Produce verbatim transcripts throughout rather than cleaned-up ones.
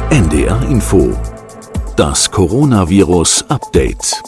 N D R Info. Das Coronavirus-Update.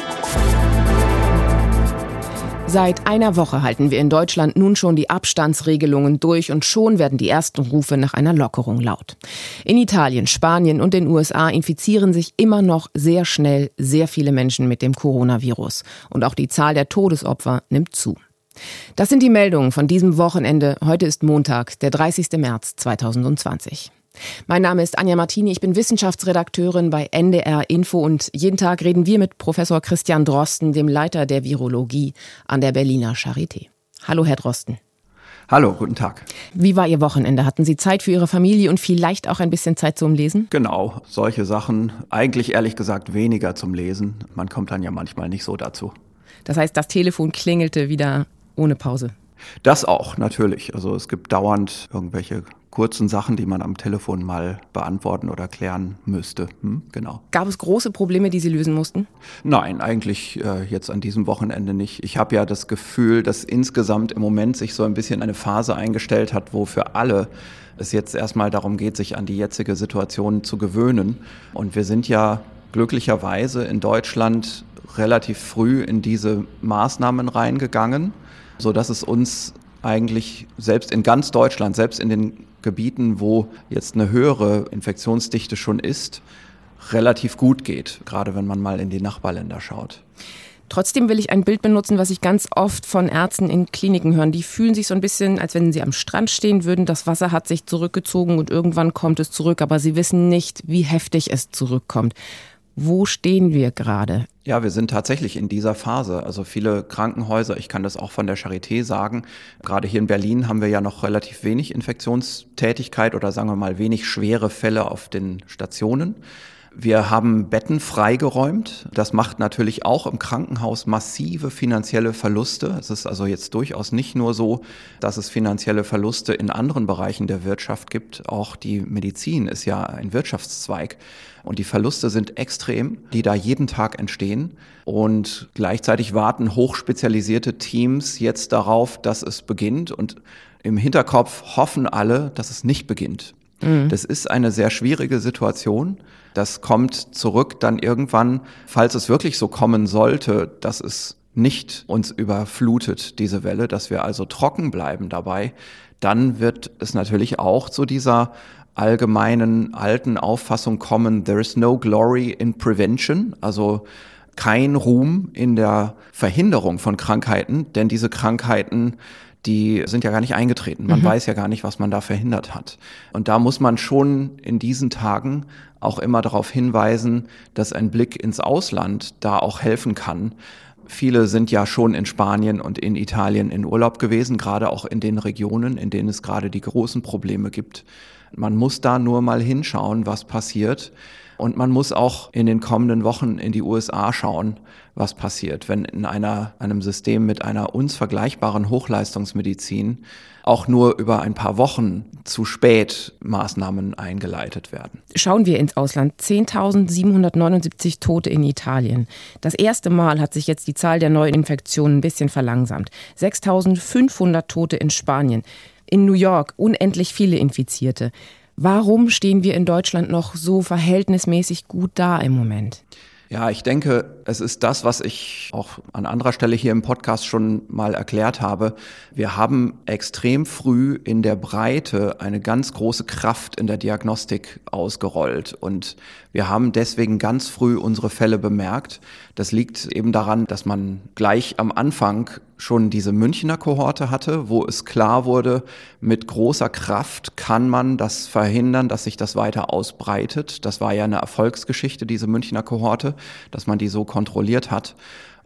Seit einer Woche halten wir in Deutschland nun schon die Abstandsregelungen durch und schon werden die ersten Rufe nach einer Lockerung laut. In Italien, Spanien und den U S A infizieren sich immer noch sehr schnell sehr viele Menschen mit dem Coronavirus. Und auch die Zahl der Todesopfer nimmt zu. Das sind die Meldungen von diesem Wochenende. Heute ist Montag, der dreißigster März zweitausendzwanzig. Mein Name ist Anja Martini, ich bin Wissenschaftsredakteurin bei N D R Info und jeden Tag reden wir mit Professor Christian Drosten, dem Leiter der Virologie an der Berliner Charité. Hallo, Herr Drosten. Hallo, guten Tag. Wie war Ihr Wochenende? Hatten Sie Zeit für Ihre Familie und vielleicht auch ein bisschen Zeit zum Lesen? Genau, solche Sachen. Eigentlich ehrlich gesagt weniger zum Lesen. Man kommt dann ja manchmal nicht so dazu. Das heißt, das Telefon klingelte wieder ohne Pause? Das auch, natürlich. Also es gibt dauernd irgendwelche kurzen Sachen, die man am Telefon mal beantworten oder klären müsste. Hm, genau. Gab es große Probleme, die Sie lösen mussten? Nein, eigentlich äh, jetzt an diesem Wochenende nicht. Ich habe ja das Gefühl, dass insgesamt im Moment sich so ein bisschen eine Phase eingestellt hat, wo für alle es jetzt erstmal darum geht, sich an die jetzige Situation zu gewöhnen. Und wir sind ja glücklicherweise in Deutschland relativ früh in diese Maßnahmen reingegangen, sodass es uns eigentlich selbst in ganz Deutschland, selbst in den Gebieten, wo jetzt eine höhere Infektionsdichte schon ist, relativ gut geht, gerade wenn man mal in die Nachbarländer schaut. Trotzdem will ich ein Bild benutzen, was ich ganz oft von Ärzten in Kliniken höre. Die fühlen sich so ein bisschen, als wenn sie am Strand stehen würden. Das Wasser hat sich zurückgezogen und irgendwann kommt es zurück, aber sie wissen nicht, wie heftig es zurückkommt. Wo stehen wir gerade? Ja, wir sind tatsächlich in dieser Phase. Also viele Krankenhäuser, ich kann das auch von der Charité sagen, gerade hier in Berlin haben wir ja noch relativ wenig Infektionstätigkeit oder sagen wir mal wenig schwere Fälle auf den Stationen. Wir haben Betten freigeräumt. Das macht natürlich auch im Krankenhaus massive finanzielle Verluste. Es ist also jetzt durchaus nicht nur so, dass es finanzielle Verluste in anderen Bereichen der Wirtschaft gibt. Auch die Medizin ist ja ein Wirtschaftszweig. Und die Verluste sind extrem, die da jeden Tag entstehen. Und gleichzeitig warten hochspezialisierte Teams jetzt darauf, dass es beginnt. Und im Hinterkopf hoffen alle, dass es nicht beginnt. Mhm. Das ist eine sehr schwierige Situation. Das kommt zurück dann irgendwann, falls es wirklich so kommen sollte, dass es nicht uns überflutet, diese Welle, dass wir also trocken bleiben dabei, dann wird es natürlich auch zu dieser allgemeinen alten Auffassung kommen, there is no glory in prevention, also kein Ruhm in der Verhinderung von Krankheiten, denn diese Krankheiten, die sind ja gar nicht eingetreten. Man mhm. weiß ja gar nicht, was man da verhindert hat. Und da muss man schon in diesen Tagen auch immer darauf hinweisen, dass ein Blick ins Ausland da auch helfen kann. Viele sind ja schon in Spanien und in Italien in Urlaub gewesen, gerade auch in den Regionen, in denen es gerade die großen Probleme gibt. Man muss da nur mal hinschauen, was passiert. Und man muss auch in den kommenden Wochen in die U S A schauen, was passiert, wenn in einer, einem System mit einer uns vergleichbaren Hochleistungsmedizin auch nur über ein paar Wochen zu spät Maßnahmen eingeleitet werden. Schauen wir ins Ausland. zehntausendsiebenhundertneunundsiebzig Tote in Italien. Das erste Mal hat sich jetzt die Zahl der Neuinfektionen ein bisschen verlangsamt. sechstausendfünfhundert Tote in Spanien. In New York unendlich viele Infizierte. Warum stehen wir in Deutschland noch so verhältnismäßig gut da im Moment? Ja, ich denke, es ist das, was ich auch an anderer Stelle hier im Podcast schon mal erklärt habe. Wir haben extrem früh in der Breite eine ganz große Kraft in der Diagnostik ausgerollt und wir haben deswegen ganz früh unsere Fälle bemerkt. Das liegt eben daran, dass man gleich am Anfang schon diese Münchner Kohorte hatte, wo es klar wurde, mit großer Kraft kann man das verhindern, dass sich das weiter ausbreitet. Das war ja eine Erfolgsgeschichte, diese Münchner Kohorte, dass man die so kontrolliert hat.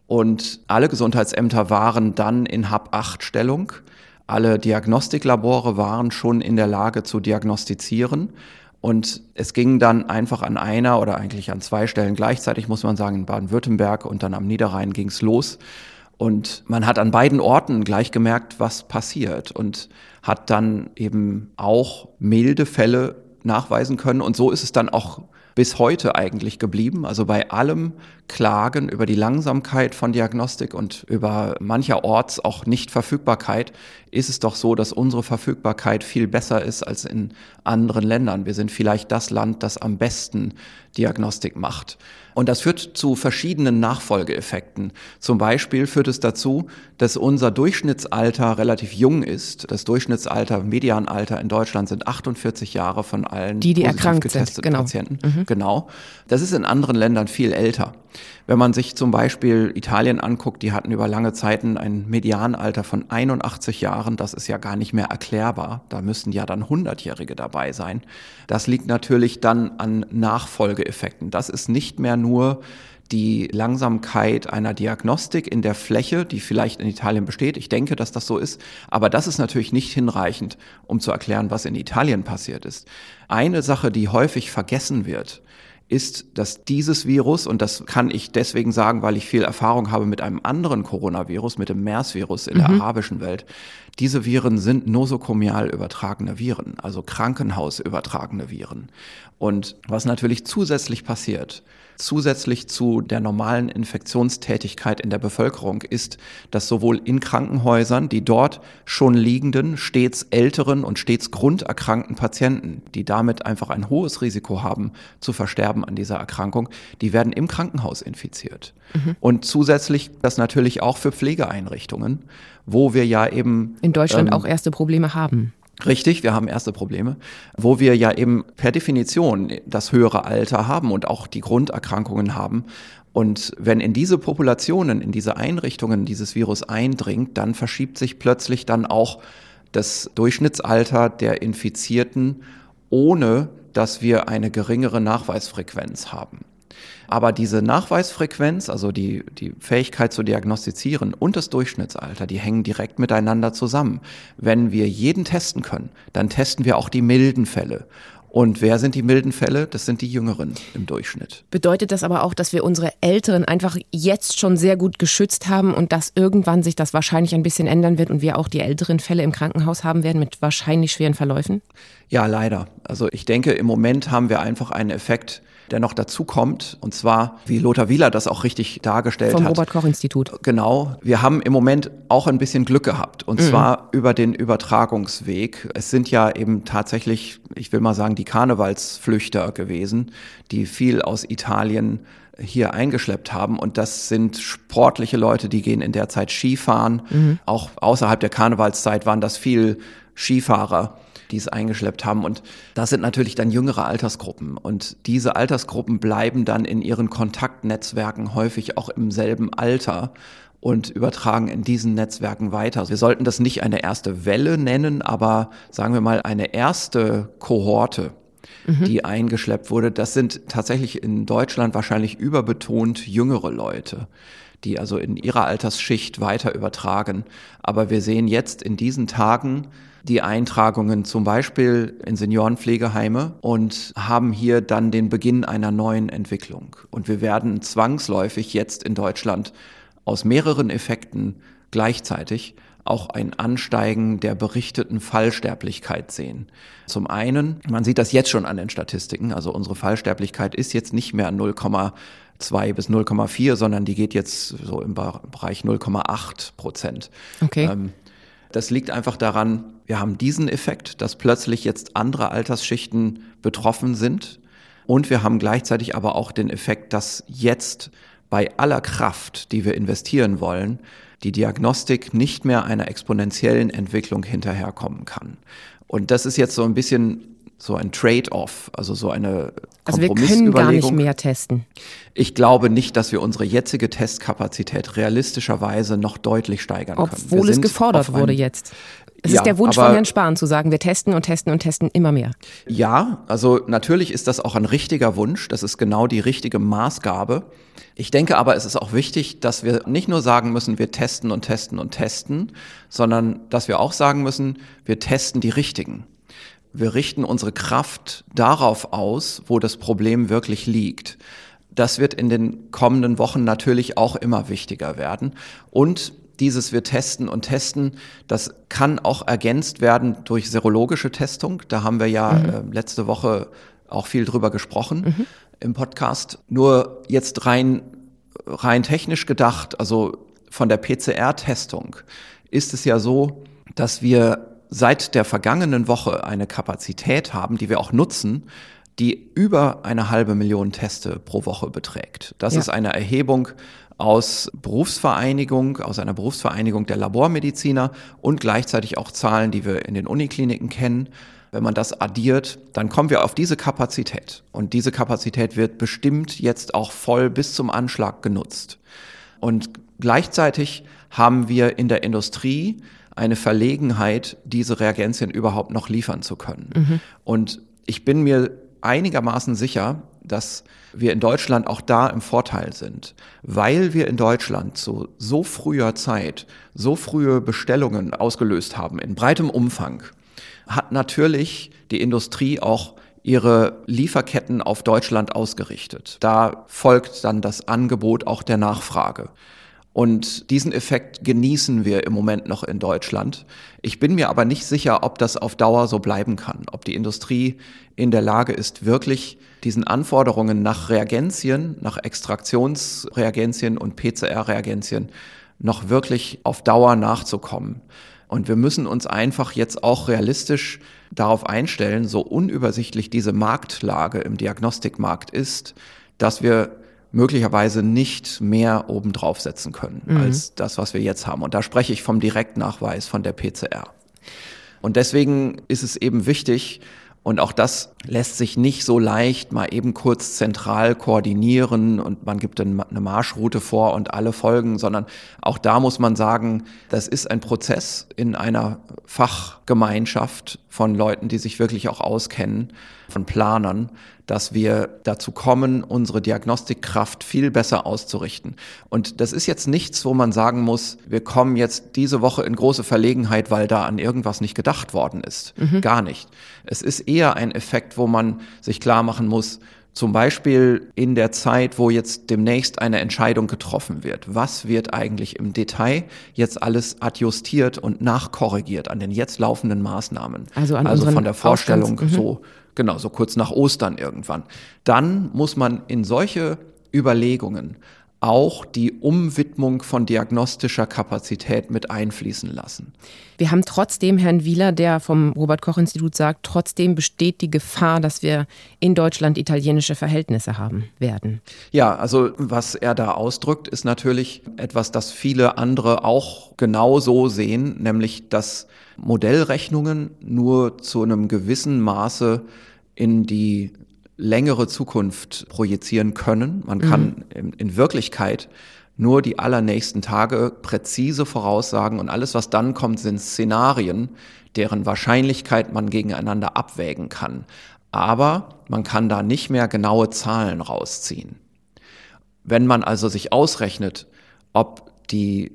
Und alle Gesundheitsämter waren dann in Hab acht Stellung. Alle Diagnostiklabore waren schon in der Lage zu diagnostizieren. Und es ging dann einfach an einer oder eigentlich an zwei Stellen gleichzeitig, muss man sagen, in Baden-Württemberg und dann am Niederrhein ging es los. Und man hat an beiden Orten gleich gemerkt, was passiert und hat dann eben auch milde Fälle nachweisen können. Und so ist es dann auch bis heute eigentlich geblieben. Also bei allem Klagen über die Langsamkeit von Diagnostik und über mancherorts auch Nichtverfügbarkeit ist es doch so, dass unsere Verfügbarkeit viel besser ist als in anderen Ländern. Wir sind vielleicht das Land, das am besten Diagnostik macht. Und das führt zu verschiedenen Nachfolgeeffekten. Zum Beispiel führt es dazu, dass unser Durchschnittsalter relativ jung ist. Das Durchschnittsalter, Medianalter in Deutschland sind achtundvierzig Jahre von allen die, die positiv erkrankt getesteten sind, genau. Patienten. Mhm. Genau. Das ist in anderen Ländern viel älter. Wenn man sich zum Beispiel Italien anguckt, die hatten über lange Zeiten ein Medianalter von einundachtzig Jahren. Das ist ja gar nicht mehr erklärbar. Da müssten ja dann hundertjährige dabei sein. Das liegt natürlich dann an Nachfolgeeffekten. Das ist nicht mehr nur die Langsamkeit einer Diagnostik in der Fläche, die vielleicht in Italien besteht. Ich denke, dass das so ist. Aber das ist natürlich nicht hinreichend, um zu erklären, was in Italien passiert ist. Eine Sache, die häufig vergessen wird, ist, dass dieses Virus, und das kann ich deswegen sagen, weil ich viel Erfahrung habe mit einem anderen Coronavirus, mit dem MERS-Virus in der mhm. arabischen Welt, diese Viren sind nosokomial übertragene Viren, also krankenhausübertragene Viren. Und was natürlich zusätzlich passiert, zusätzlich zu der normalen Infektionstätigkeit in der Bevölkerung ist, dass sowohl in Krankenhäusern die dort schon liegenden, stets älteren und stets grunderkrankten Patienten, die damit einfach ein hohes Risiko haben, zu versterben an dieser Erkrankung, die werden im Krankenhaus infiziert. Mhm. Und zusätzlich das natürlich auch für Pflegeeinrichtungen, wo wir ja eben in Deutschland ähm, auch erste Probleme haben. Richtig, wir haben erste Probleme, wo wir ja eben per Definition das höhere Alter haben und auch die Grunderkrankungen haben. Und wenn in diese Populationen, in diese Einrichtungen dieses Virus eindringt, dann verschiebt sich plötzlich dann auch das Durchschnittsalter der Infizierten, ohne dass wir eine geringere Nachweisfrequenz haben. Aber diese Nachweisfrequenz, also die, die Fähigkeit zu diagnostizieren und das Durchschnittsalter, die hängen direkt miteinander zusammen. Wenn wir jeden testen können, dann testen wir auch die milden Fälle. Und wer sind die milden Fälle? Das sind die Jüngeren im Durchschnitt. Bedeutet das aber auch, dass wir unsere Älteren einfach jetzt schon sehr gut geschützt haben und dass irgendwann sich das wahrscheinlich ein bisschen ändern wird und wir auch die älteren Fälle im Krankenhaus haben werden mit wahrscheinlich schweren Verläufen? Ja, leider. Also ich denke, im Moment haben wir einfach einen Effekt, der noch dazu kommt, und zwar, wie Lothar Wieler das auch richtig dargestellt Vom hat. Vom Robert-Koch-Institut. Genau. Wir haben im Moment auch ein bisschen Glück gehabt, und mhm. zwar über den Übertragungsweg. Es sind ja eben tatsächlich, ich will mal sagen, die Karnevalsflüchter gewesen, die viel aus Italien hier eingeschleppt haben, und das sind sportliche Leute, die gehen in der Zeit Skifahren. Mhm. Auch außerhalb der Karnevalszeit waren das viel Skifahrer, die es eingeschleppt haben. Und das sind natürlich dann jüngere Altersgruppen. Und diese Altersgruppen bleiben dann in ihren Kontaktnetzwerken häufig auch im selben Alter und übertragen in diesen Netzwerken weiter. Wir sollten das nicht eine erste Welle nennen, aber sagen wir mal eine erste Kohorte, mhm. die eingeschleppt wurde. Das sind tatsächlich in Deutschland wahrscheinlich überbetont jüngere Leute, die also in ihrer Altersschicht weiter übertragen. Aber wir sehen jetzt in diesen Tagen die Eintragungen zum Beispiel in Seniorenpflegeheime und haben hier dann den Beginn einer neuen Entwicklung. Und wir werden zwangsläufig jetzt in Deutschland aus mehreren Effekten gleichzeitig auch ein Ansteigen der berichteten Fallsterblichkeit sehen. Zum einen, man sieht das jetzt schon an den Statistiken, also unsere Fallsterblichkeit ist jetzt nicht mehr null Komma zwei bis null Komma vier, sondern die geht jetzt so im Bereich null Komma acht Prozent. Okay. Ähm, Das liegt einfach daran, wir haben diesen Effekt, dass plötzlich jetzt andere Altersschichten betroffen sind. Und wir haben gleichzeitig aber auch den Effekt, dass jetzt bei aller Kraft, die wir investieren wollen, die Diagnostik nicht mehr einer exponentiellen Entwicklung hinterherkommen kann. Und das ist jetzt so ein bisschen so ein Trade-off, also so eine Kompromissüberlegung. Also wir können gar nicht mehr testen. Ich glaube nicht, dass wir unsere jetzige Testkapazität realistischerweise noch deutlich steigern können. Obwohl es gefordert wurde jetzt. Es ja, ist der Wunsch aber, von Herrn Spahn zu sagen, wir testen und testen und testen immer mehr. Ja, also natürlich ist das auch ein richtiger Wunsch. Das ist genau die richtige Maßgabe. Ich denke aber, es ist auch wichtig, dass wir nicht nur sagen müssen, wir testen und testen und testen, sondern dass wir auch sagen müssen, wir testen die Richtigen. Wir richten unsere Kraft darauf aus, wo das Problem wirklich liegt. Das wird in den kommenden Wochen natürlich auch immer wichtiger werden. Und dieses wir testen und testen, das kann auch ergänzt werden durch serologische Testung. Da haben wir ja mhm. äh, letzte Woche auch viel drüber gesprochen mhm. im Podcast. Nur jetzt rein, rein technisch gedacht, also von der P C R-Testung ist es ja so, dass wir seit der vergangenen Woche eine Kapazität haben, die wir auch nutzen, die über eine halbe Million Teste pro Woche beträgt. Das ja. ist eine Erhebung aus Berufsvereinigung, aus einer Berufsvereinigung der Labormediziner und gleichzeitig auch Zahlen, die wir in den Unikliniken kennen. Wenn man das addiert, dann kommen wir auf diese Kapazität. Und diese Kapazität wird bestimmt jetzt auch voll bis zum Anschlag genutzt. Und gleichzeitig haben wir in der Industrie eine Verlegenheit, diese Reagenzien überhaupt noch liefern zu können. Mhm. Und ich bin mir einigermaßen sicher, dass wir in Deutschland auch da im Vorteil sind, weil wir in Deutschland zu so früher Zeit so frühe Bestellungen ausgelöst haben, in breitem Umfang, hat natürlich die Industrie auch ihre Lieferketten auf Deutschland ausgerichtet. Da folgt dann das Angebot auch der Nachfrage. Und diesen Effekt genießen wir im Moment noch in Deutschland. Ich bin mir aber nicht sicher, ob das auf Dauer so bleiben kann, ob die Industrie in der Lage ist, wirklich diesen Anforderungen nach Reagenzien, nach Extraktionsreagenzien und P C R-Reagenzien noch wirklich auf Dauer nachzukommen. Und wir müssen uns einfach jetzt auch realistisch darauf einstellen, so unübersichtlich diese Marktlage im Diagnostikmarkt ist, dass wir möglicherweise nicht mehr obendrauf setzen können mhm. als das, was wir jetzt haben. Und da spreche ich vom Direktnachweis von der P C R. Und deswegen ist es eben wichtig, und auch das lässt sich nicht so leicht mal eben kurz zentral koordinieren und man gibt eine Marschroute vor und alle folgen, sondern auch da muss man sagen, das ist ein Prozess in einer Fachgemeinschaft von Leuten, die sich wirklich auch auskennen, von Planern, dass wir dazu kommen, unsere Diagnostikkraft viel besser auszurichten. Und das ist jetzt nichts, wo man sagen muss, wir kommen jetzt diese Woche in große Verlegenheit, weil da an irgendwas nicht gedacht worden ist. Mhm. Gar nicht. Es ist eher ein Effekt, wo man sich klar machen muss, zum Beispiel in der Zeit, wo jetzt demnächst eine Entscheidung getroffen wird. Was wird eigentlich im Detail jetzt alles adjustiert und nachkorrigiert an den jetzt laufenden Maßnahmen? Also, an also von der Vorstellung Ausgangs- so, genau, so kurz nach Ostern irgendwann. Dann muss man in solche Überlegungen auch die Umwidmung von diagnostischer Kapazität mit einfließen lassen. Wir haben trotzdem Herrn Wieler, der vom Robert-Koch-Institut sagt, trotzdem besteht die Gefahr, dass wir in Deutschland italienische Verhältnisse haben werden. Ja, also was er da ausdrückt, ist natürlich etwas, das viele andere auch genau so sehen, nämlich dass Modellrechnungen nur zu einem gewissen Maße in die längere Zukunft projizieren können. Man kann mhm. in, in Wirklichkeit nur die allernächsten Tage präzise voraussagen und alles, was dann kommt, sind Szenarien, deren Wahrscheinlichkeit man gegeneinander abwägen kann. Aber man kann da nicht mehr genaue Zahlen rausziehen. Wenn man also sich ausrechnet, ob die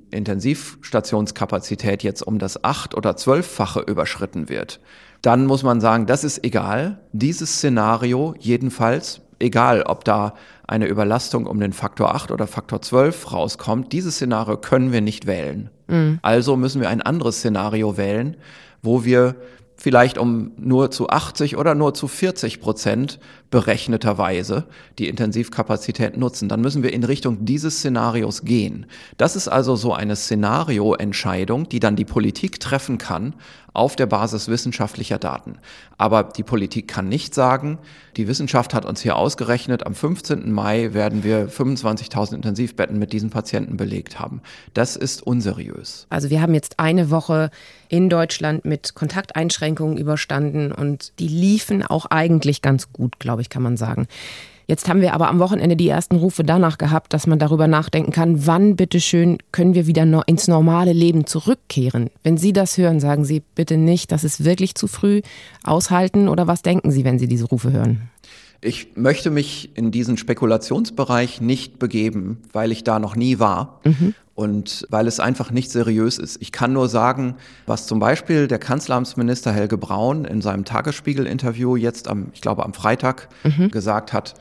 Intensivstationskapazität jetzt um das acht- oder zwölffache überschritten wird, dann muss man sagen, das ist egal. Dieses Szenario jedenfalls, egal ob da eine Überlastung um den Faktor acht oder Faktor zwölf rauskommt, dieses Szenario können wir nicht wählen. Mhm. Also müssen wir ein anderes Szenario wählen, wo wir vielleicht um nur zu achtzig oder nur zu vierzig Prozent berechneterweise die Intensivkapazität nutzen. Dann müssen wir in Richtung dieses Szenarios gehen. Das ist also so eine Szenarioentscheidung, die dann die Politik treffen kann auf der Basis wissenschaftlicher Daten. Aber die Politik kann nicht sagen, die Wissenschaft hat uns hier ausgerechnet, am fünfzehnten Mai werden wir fünfundzwanzigtausend Intensivbetten mit diesen Patienten belegt haben. Das ist unseriös. Also wir haben jetzt eine Woche in Deutschland mit Kontakteinschränkungen überstanden und die liefen auch eigentlich ganz gut, glaube ich, kann man sagen. Jetzt haben wir aber am Wochenende die ersten Rufe danach gehabt, dass man darüber nachdenken kann, wann bitteschön können wir wieder ins normale Leben zurückkehren. Wenn Sie das hören, sagen Sie bitte nicht, das ist wirklich zu früh, aushalten, oder was denken Sie, wenn Sie diese Rufe hören? Ich möchte mich in diesen Spekulationsbereich nicht begeben, weil ich da noch nie war. Mhm. Und weil es einfach nicht seriös ist. Ich kann nur sagen, was zum Beispiel der Kanzleramtsminister Helge Braun in seinem Tagesspiegel-Interview jetzt am, ich glaube am Freitag mhm. gesagt hat,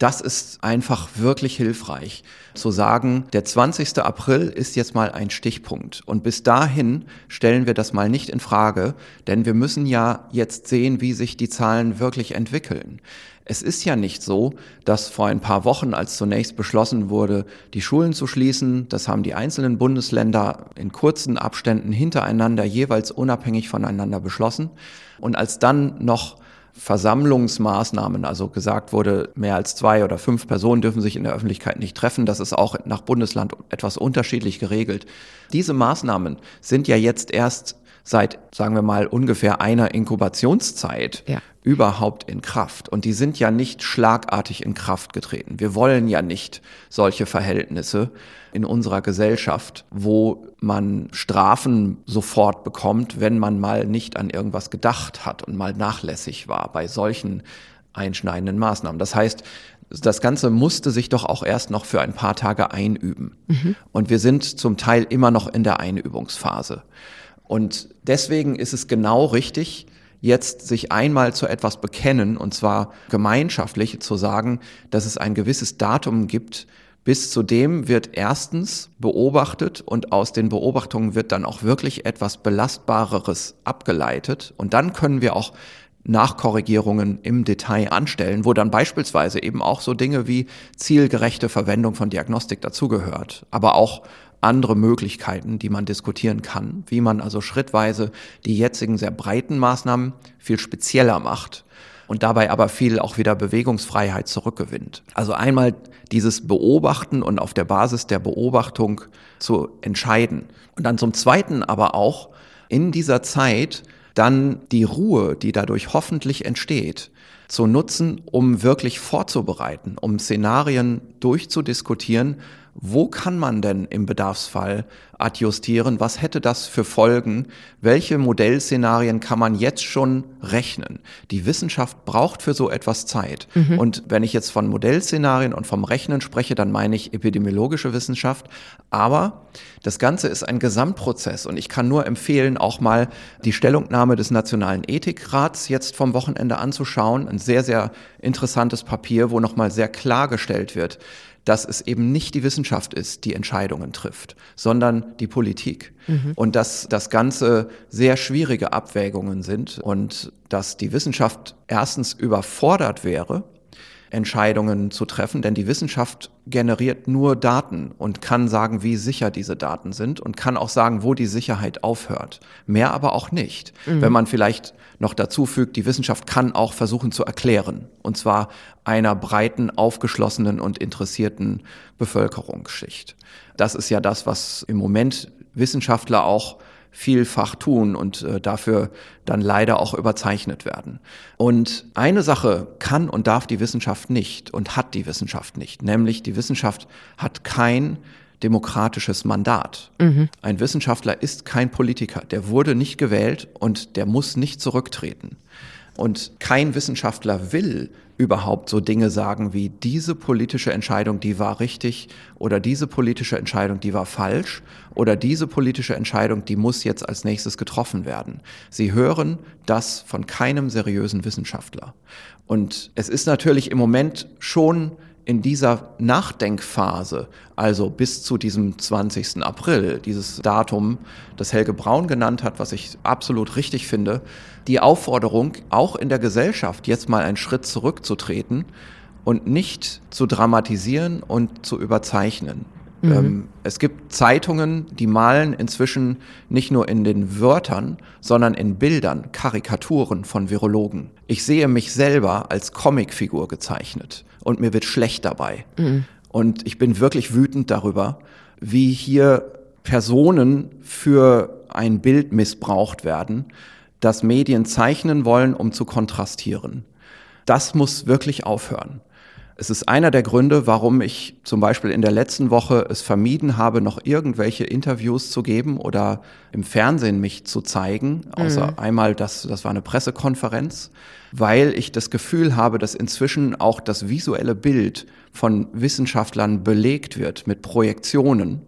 Das ist einfach wirklich hilfreich, zu sagen, der zwanzigster April ist jetzt mal ein Stichpunkt. Und bis dahin stellen wir das mal nicht in Frage, denn wir müssen ja jetzt sehen, wie sich die Zahlen wirklich entwickeln. Es ist ja nicht so, dass vor ein paar Wochen, als zunächst beschlossen wurde, die Schulen zu schließen, das haben die einzelnen Bundesländer in kurzen Abständen hintereinander jeweils unabhängig voneinander beschlossen. Und als dann noch Versammlungsmaßnahmen, also gesagt wurde, mehr als zwei oder fünf Personen dürfen sich in der Öffentlichkeit nicht treffen, das ist auch nach Bundesland etwas unterschiedlich geregelt. Diese Maßnahmen sind ja jetzt erst seit, sagen wir mal, ungefähr einer Inkubationszeit ja. überhaupt in Kraft. Und die sind ja nicht schlagartig in Kraft getreten. Wir wollen ja nicht solche Verhältnisse in unserer Gesellschaft, wo man Strafen sofort bekommt, wenn man mal nicht an irgendwas gedacht hat und mal nachlässig war bei solchen einschneidenden Maßnahmen. Das heißt, das Ganze musste sich doch auch erst noch für ein paar Tage einüben. Mhm. Und wir sind zum Teil immer noch in der Einübungsphase. Und deswegen ist es genau richtig, jetzt sich einmal zu etwas bekennen, und zwar gemeinschaftlich zu sagen, dass es ein gewisses Datum gibt, bis zu dem wird erstens beobachtet und aus den Beobachtungen wird dann auch wirklich etwas Belastbareres abgeleitet. Und dann können wir auch Nachkorrigierungen im Detail anstellen, wo dann beispielsweise eben auch so Dinge wie zielgerechte Verwendung von Diagnostik dazugehört, aber auch andere Möglichkeiten, die man diskutieren kann, wie man also schrittweise die jetzigen sehr breiten Maßnahmen viel spezieller macht und dabei aber viel auch wieder Bewegungsfreiheit zurückgewinnt. Also einmal dieses Beobachten und auf der Basis der Beobachtung zu entscheiden. Und dann zum Zweiten aber auch in dieser Zeit dann die Ruhe, die dadurch hoffentlich entsteht, zu nutzen, um wirklich vorzubereiten, um Szenarien durchzudiskutieren. Wo kann man denn im Bedarfsfall adjustieren? Was hätte das für Folgen? Welche Modellszenarien kann man jetzt schon rechnen? Die Wissenschaft braucht für so etwas Zeit. Mhm. Und wenn ich jetzt von Modellszenarien und vom Rechnen spreche, dann meine ich epidemiologische Wissenschaft. Aber das Ganze ist ein Gesamtprozess und ich kann nur empfehlen, auch mal die Stellungnahme des Nationalen Ethikrats jetzt vom Wochenende anzuschauen. Ein sehr, sehr interessantes Papier, wo nochmal sehr klargestellt wird, dass es eben nicht die Wissenschaft ist, die Entscheidungen trifft, sondern die Politik. Mhm. Und dass das Ganze sehr schwierige Abwägungen sind und dass die Wissenschaft erstens überfordert wäre, Entscheidungen zu treffen, denn die Wissenschaft generiert nur Daten und kann sagen, wie sicher diese Daten sind und kann auch sagen, wo die Sicherheit aufhört. Mehr aber auch nicht. Mhm. Wenn man vielleicht noch dazu fügt, die Wissenschaft kann auch versuchen zu erklären, und zwar einer breiten, aufgeschlossenen und interessierten Bevölkerungsschicht. Das ist ja das, was im Moment Wissenschaftler auch vielfach tun und äh, dafür dann leider auch überzeichnet werden. Und eine Sache kann und darf die Wissenschaft nicht und hat die Wissenschaft nicht, nämlich die Wissenschaft hat kein demokratisches Mandat. Mhm. Ein Wissenschaftler ist kein Politiker, der wurde nicht gewählt und der muss nicht zurücktreten. Und kein Wissenschaftler will überhaupt so Dinge sagen wie diese politische Entscheidung, die war richtig oder diese politische Entscheidung, die war falsch oder diese politische Entscheidung, die muss jetzt als nächstes getroffen werden. Sie hören das von keinem seriösen Wissenschaftler. Und es ist natürlich im Moment schon in dieser Nachdenkphase, also bis zu diesem zwanzigsten April, dieses Datum, das Helge Braun genannt hat, was ich absolut richtig finde, die Aufforderung, auch in der Gesellschaft jetzt mal einen Schritt zurückzutreten und nicht zu dramatisieren und zu überzeichnen. Mhm. Ähm, es gibt Zeitungen, die malen inzwischen nicht nur in den Wörtern, sondern in Bildern, Karikaturen von Virologen. Ich sehe mich selber als Comicfigur gezeichnet und mir wird schlecht dabei. Mhm. Und ich bin wirklich wütend darüber, wie hier Personen für ein Bild missbraucht werden, das Medien zeichnen wollen, um zu kontrastieren. Das muss wirklich aufhören. Es ist einer der Gründe, warum ich zum Beispiel in der letzten Woche es vermieden habe, noch irgendwelche Interviews zu geben oder im Fernsehen mich zu zeigen. Außer mhm. einmal, das, das war eine Pressekonferenz, weil ich das Gefühl habe, dass inzwischen auch das visuelle Bild von Wissenschaftlern belegt wird mit Projektionen.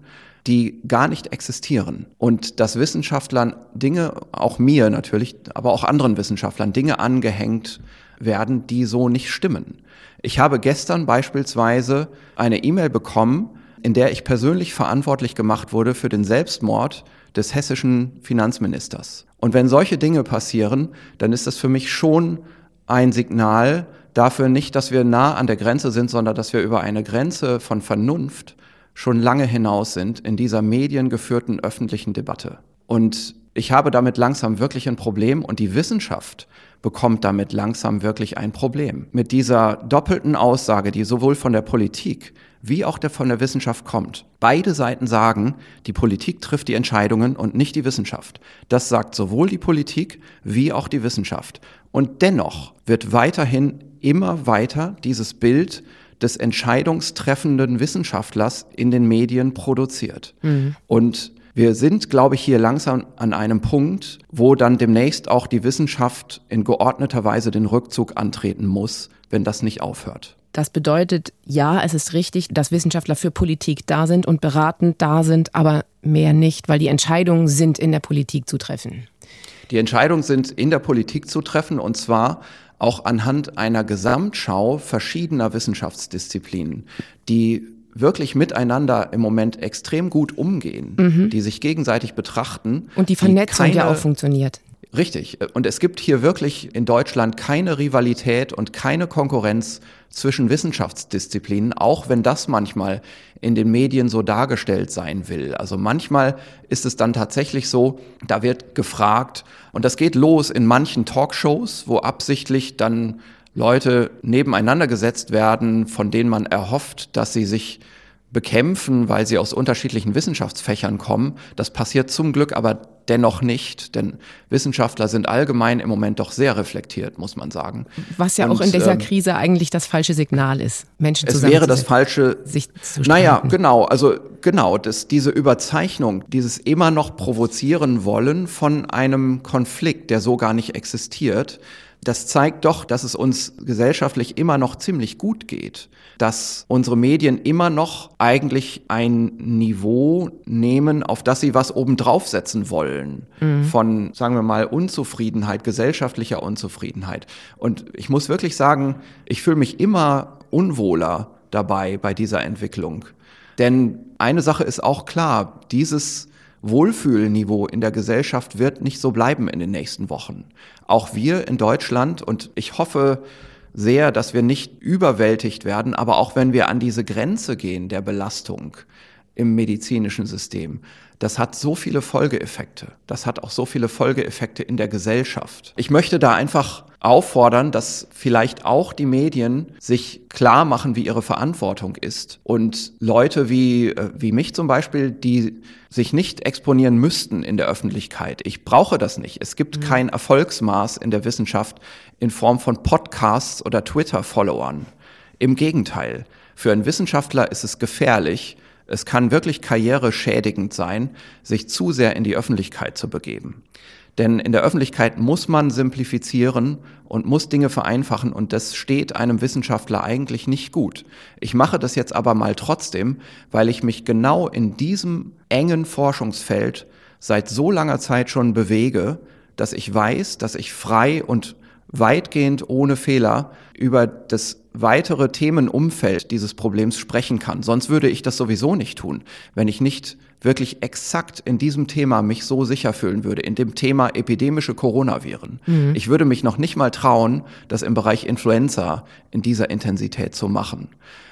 die gar nicht existieren. Und dass Wissenschaftlern Dinge, auch mir natürlich, aber auch anderen Wissenschaftlern, Dinge angehängt werden, die so nicht stimmen. Ich habe gestern beispielsweise eine E-Mail bekommen, in der ich persönlich verantwortlich gemacht wurde für den Selbstmord des hessischen Finanzministers. Und wenn solche Dinge passieren, dann ist das für mich schon ein Signal dafür nicht, dass wir nah an der Grenze sind, sondern dass wir über eine Grenze von Vernunft schon lange hinaus sind in dieser mediengeführten öffentlichen Debatte. Und ich habe damit langsam wirklich ein Problem und die Wissenschaft bekommt damit langsam wirklich ein Problem. Mit dieser doppelten Aussage, die sowohl von der Politik wie auch der von der Wissenschaft kommt. Beide Seiten sagen, die Politik trifft die Entscheidungen und nicht die Wissenschaft. Das sagt sowohl die Politik wie auch die Wissenschaft. Und dennoch wird weiterhin immer weiter dieses Bild des entscheidungstreffenden Wissenschaftlers in den Medien produziert. Mhm. Und wir sind, glaube ich, hier langsam an einem Punkt, wo dann demnächst auch die Wissenschaft in geordneter Weise den Rückzug antreten muss, wenn das nicht aufhört. Das bedeutet, ja, es ist richtig, dass Wissenschaftler für Politik da sind und beratend da sind, aber mehr nicht, weil die Entscheidungen sind in der Politik zu treffen. Die Entscheidungen sind in der Politik zu treffen und zwar auch anhand einer Gesamtschau verschiedener Wissenschaftsdisziplinen, die wirklich miteinander im Moment extrem gut umgehen, mhm. die sich gegenseitig betrachten. Und die Vernetzung die keine, ja auch funktioniert. Richtig. Und es gibt hier wirklich in Deutschland keine Rivalität und keine Konkurrenz zwischen Wissenschaftsdisziplinen, auch wenn das manchmal in den Medien so dargestellt sein will. Also manchmal ist es dann tatsächlich so, da wird gefragt, und das geht los in manchen Talkshows, wo absichtlich dann Leute nebeneinander gesetzt werden, von denen man erhofft, dass sie sich bekämpfen, weil sie aus unterschiedlichen Wissenschaftsfächern kommen. Das passiert zum Glück aber dennoch nicht, denn Wissenschaftler sind allgemein im Moment doch sehr reflektiert, muss man sagen. Was ja Und, auch in dieser ähm, Krise eigentlich das falsche Signal ist, Menschen es wäre das falsche, sich zu streiten. Naja, genau, also genau, das, diese Überzeichnung, dieses immer noch provozieren wollen von einem Konflikt, der so gar nicht existiert, das zeigt doch, dass es uns gesellschaftlich immer noch ziemlich gut geht, dass unsere Medien immer noch eigentlich ein Niveau nehmen, auf das sie was obendrauf setzen wollen, mhm. von, sagen wir mal, Unzufriedenheit, gesellschaftlicher Unzufriedenheit. Und ich muss wirklich sagen, ich fühle mich immer unwohler dabei bei dieser Entwicklung. Denn eine Sache ist auch klar, dieses Wohlfühlniveau in der Gesellschaft wird nicht so bleiben in den nächsten Wochen. Auch wir in Deutschland, und ich hoffe sehr, dass wir nicht überwältigt werden, aber auch wenn wir an diese Grenze gehen der Belastung im medizinischen System, das hat so viele Folgeeffekte. Das hat auch so viele Folgeeffekte in der Gesellschaft. Ich möchte da einfach auffordern, dass vielleicht auch die Medien sich klar machen, wie ihre Verantwortung ist. Und Leute wie, wie mich zum Beispiel, die sich nicht exponieren müssten in der Öffentlichkeit. Ich brauche das nicht. Es gibt mhm. kein Erfolgsmaß in der Wissenschaft in Form von Podcasts oder Twitter-Followern. Im Gegenteil. Für einen Wissenschaftler ist es gefährlich. Es kann wirklich karriereschädigend sein, sich zu sehr in die Öffentlichkeit zu begeben. Denn in der Öffentlichkeit muss man simplifizieren und muss Dinge vereinfachen und das steht einem Wissenschaftler eigentlich nicht gut. Ich mache das jetzt aber mal trotzdem, weil ich mich genau in diesem engen Forschungsfeld seit so langer Zeit schon bewege, dass ich weiß, dass ich frei und weitgehend ohne Fehler über das weitere Themenumfeld dieses Problems sprechen kann. Sonst würde ich das sowieso nicht tun, wenn ich nicht wirklich exakt in diesem Thema mich so sicher fühlen würde, in dem Thema epidemische Coronaviren. Mhm. Ich würde mich noch nicht mal trauen, das im Bereich Influenza in dieser Intensität zu machen.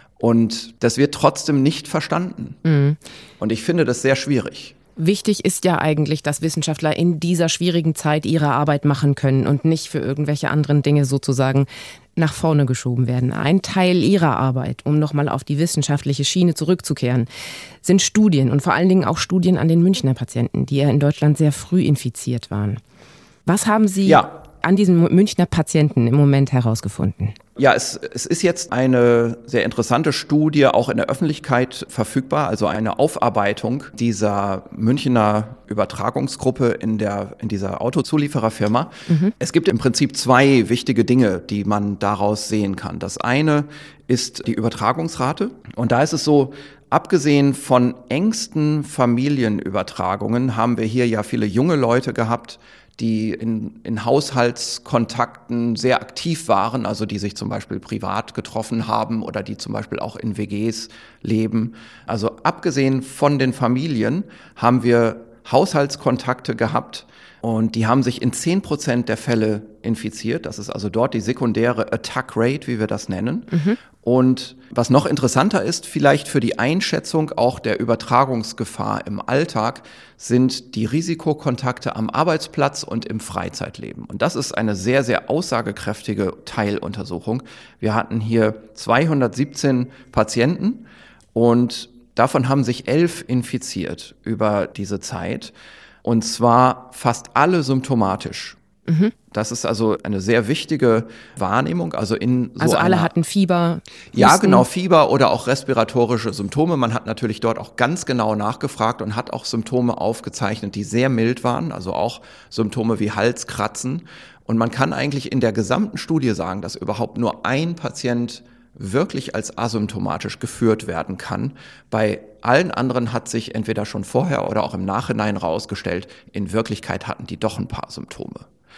Und das wird trotzdem nicht verstanden. Mhm. Und ich finde das sehr schwierig. Wichtig ist ja eigentlich, dass Wissenschaftler in dieser schwierigen Zeit ihre Arbeit machen können und nicht für irgendwelche anderen Dinge sozusagen nach vorne geschoben werden. Ein Teil ihrer Arbeit, um nochmal auf die wissenschaftliche Schiene zurückzukehren, sind Studien und vor allen Dingen auch Studien an den Münchner Patienten, die ja in Deutschland sehr früh infiziert waren. Was haben Sie ja. an diesen Münchner Patienten im Moment herausgefunden? Ja, es, es ist jetzt eine sehr interessante Studie auch in der Öffentlichkeit verfügbar, also eine Aufarbeitung dieser Münchner Übertragungsgruppe in der in dieser Autozuliefererfirma. Mhm. Es gibt im Prinzip zwei wichtige Dinge, die man daraus sehen kann. Das eine ist die Übertragungsrate und da ist es so, Abgesehen von engsten Familienübertragungen haben wir hier ja viele junge Leute gehabt, die in, in Haushaltskontakten sehr aktiv waren, also die sich zum Beispiel privat getroffen haben oder die zum Beispiel auch in W Gs leben. Also abgesehen von den Familien haben wir Haushaltskontakte gehabt und die haben sich in zehn Prozent der Fälle infiziert. Das ist also dort die sekundäre Attack Rate, wie wir das nennen. Mhm. Und was noch interessanter ist, vielleicht für die Einschätzung auch der Übertragungsgefahr im Alltag, sind die Risikokontakte am Arbeitsplatz und im Freizeitleben. Und das ist eine sehr, sehr aussagekräftige Teiluntersuchung. Wir hatten hier zweihundertsiebzehn Patienten und davon haben sich elf infiziert über diese Zeit. Und zwar fast alle symptomatisch. Mhm. Das ist also eine sehr wichtige Wahrnehmung. Also in so also alle einer, hatten Fieber. Husten. Ja, genau, Fieber oder auch respiratorische Symptome. Man hat natürlich dort auch ganz genau nachgefragt und hat auch Symptome aufgezeichnet, die sehr mild waren. Also auch Symptome wie Halskratzen. Und man kann eigentlich in der gesamten Studie sagen, dass überhaupt nur ein Patient wirklich als asymptomatisch geführt werden kann. Bei allen anderen hat sich entweder schon vorher oder auch im Nachhinein rausgestellt, in Wirklichkeit hatten die doch ein paar Symptome.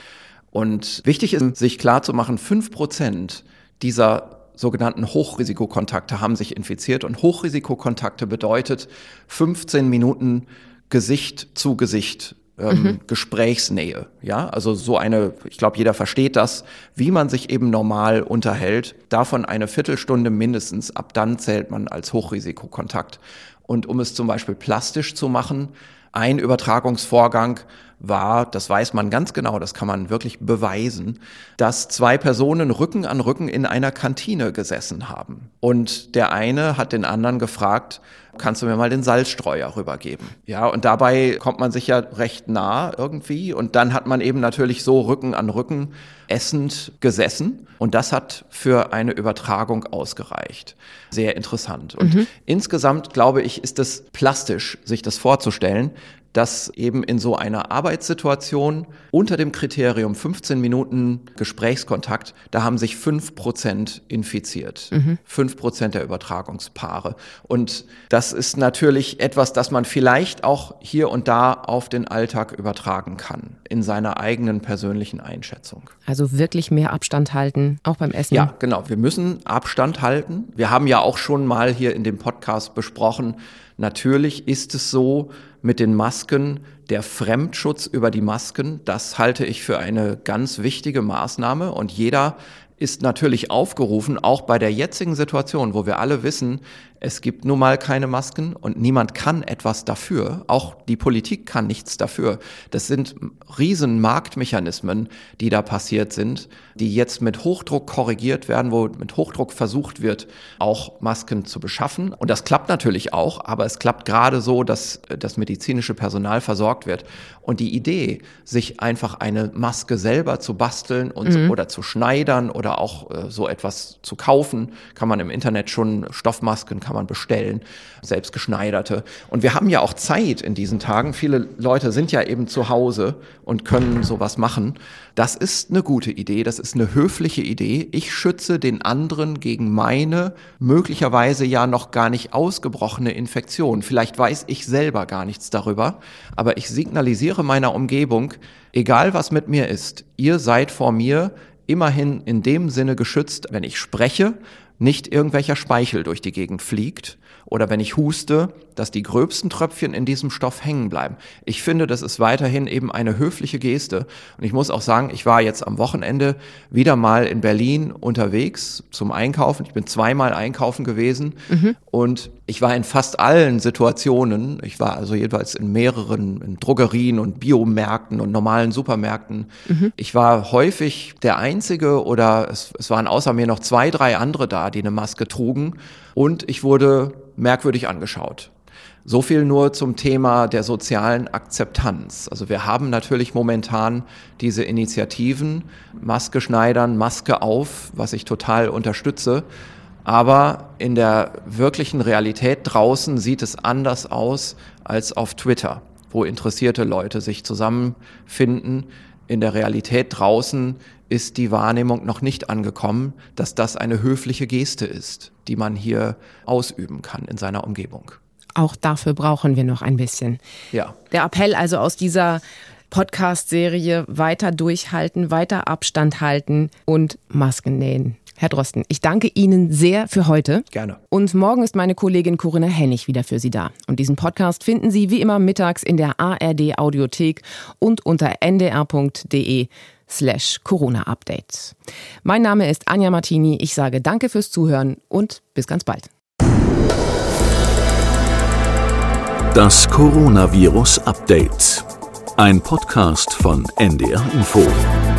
Und wichtig ist, sich klarzumachen, fünf Prozent dieser sogenannten Hochrisikokontakte haben sich infiziert. Und Hochrisikokontakte bedeutet fünfzehn Minuten Gesicht zu Gesicht. Ähm, mhm. Gesprächsnähe, ja, also so eine, ich glaube, jeder versteht das, wie man sich eben normal unterhält, davon eine Viertelstunde mindestens, ab dann zählt man als Hochrisikokontakt. Und um es zum Beispiel plastisch zu machen, ein Übertragungsvorgang war, das weiß man ganz genau, das kann man wirklich beweisen, dass zwei Personen Rücken an Rücken in einer Kantine gesessen haben. Und der eine hat den anderen gefragt, kannst du mir mal den Salzstreuer rübergeben? Ja, und dabei kommt man sich ja recht nah irgendwie. Und dann hat man eben natürlich so Rücken an Rücken essend gesessen. Und das hat für eine Übertragung ausgereicht. Sehr interessant. Und mhm. insgesamt, glaube ich, ist es plastisch, sich das vorzustellen, dass eben in so einer Arbeitssituation unter dem Kriterium fünfzehn Minuten Gesprächskontakt, da haben sich fünf Prozent infiziert. Mhm. fünf Prozent der Übertragungspaare. Und das ist natürlich etwas, das man vielleicht auch hier und da auf den Alltag übertragen kann, in seiner eigenen persönlichen Einschätzung. Also wirklich mehr Abstand halten, auch beim Essen? Ja, genau. Wir müssen Abstand halten. Wir haben ja auch schon mal hier in dem Podcast besprochen, natürlich ist es so, mit den Masken, der Fremdschutz über die Masken, das halte ich für eine ganz wichtige Maßnahme. Und jeder ist natürlich aufgerufen, auch bei der jetzigen Situation, wo wir alle wissen, es gibt nun mal keine Masken und niemand kann etwas dafür. Auch die Politik kann nichts dafür. Das sind riesen Marktmechanismen, die da passiert sind, die jetzt mit Hochdruck korrigiert werden, wo mit Hochdruck versucht wird, auch Masken zu beschaffen. Und das klappt natürlich auch, aber es klappt gerade so, dass das medizinische Personal versorgt wird. Und die Idee, sich einfach eine Maske selber zu basteln und mhm. oder zu schneidern oder auch äh, so etwas zu kaufen, kann man im Internet schon, Stoffmasken kann man bestellen, selbst geschneiderte. Und wir haben ja auch Zeit in diesen Tagen. Viele Leute sind ja eben zu Hause und können sowas machen. Das ist eine gute Idee, das ist eine höfliche Idee. Ich schütze den anderen gegen meine möglicherweise ja noch gar nicht ausgebrochene Infektion. Vielleicht weiß ich selber gar nichts darüber, aber ich signalisiere meiner Umgebung, egal was mit mir ist, ihr seid vor mir immerhin in dem Sinne geschützt, wenn ich spreche, nicht irgendwelcher Speichel durch die Gegend fliegt oder wenn ich huste, dass die gröbsten Tröpfchen in diesem Stoff hängen bleiben. Ich finde, das ist weiterhin eben eine höfliche Geste. Und ich muss auch sagen, ich war jetzt am Wochenende wieder mal in Berlin unterwegs zum Einkaufen. Ich bin zweimal einkaufen gewesen mhm. und ich war in fast allen Situationen, ich war also jeweils in mehreren in Drogerien und Biomärkten und normalen Supermärkten. Mhm. Ich war häufig der Einzige oder es, es waren außer mir noch zwei, drei andere da, die eine Maske trugen und ich wurde merkwürdig angeschaut. So viel nur zum Thema der sozialen Akzeptanz. Also wir haben natürlich momentan diese Initiativen, Maske schneidern, Maske auf, was ich total unterstütze. Aber in der wirklichen Realität draußen sieht es anders aus als auf Twitter, wo interessierte Leute sich zusammenfinden, In der Realität draußen ist die Wahrnehmung noch nicht angekommen, dass das eine höfliche Geste ist, die man hier ausüben kann in seiner Umgebung. Auch dafür brauchen wir noch ein bisschen. Ja. Der Appell also aus dieser Podcast-Serie: weiter durchhalten, weiter Abstand halten und Masken nähen. Herr Drosten, ich danke Ihnen sehr für heute. Gerne. Und morgen ist meine Kollegin Corinna Hennig wieder für Sie da. Und diesen Podcast finden Sie wie immer mittags in der A R D Audiothek und unter ndr.de slash Corona-Update. Mein Name ist Anja Martini. Ich sage danke fürs Zuhören und bis ganz bald. Das Coronavirus-Update. Ein Podcast von N D R Info.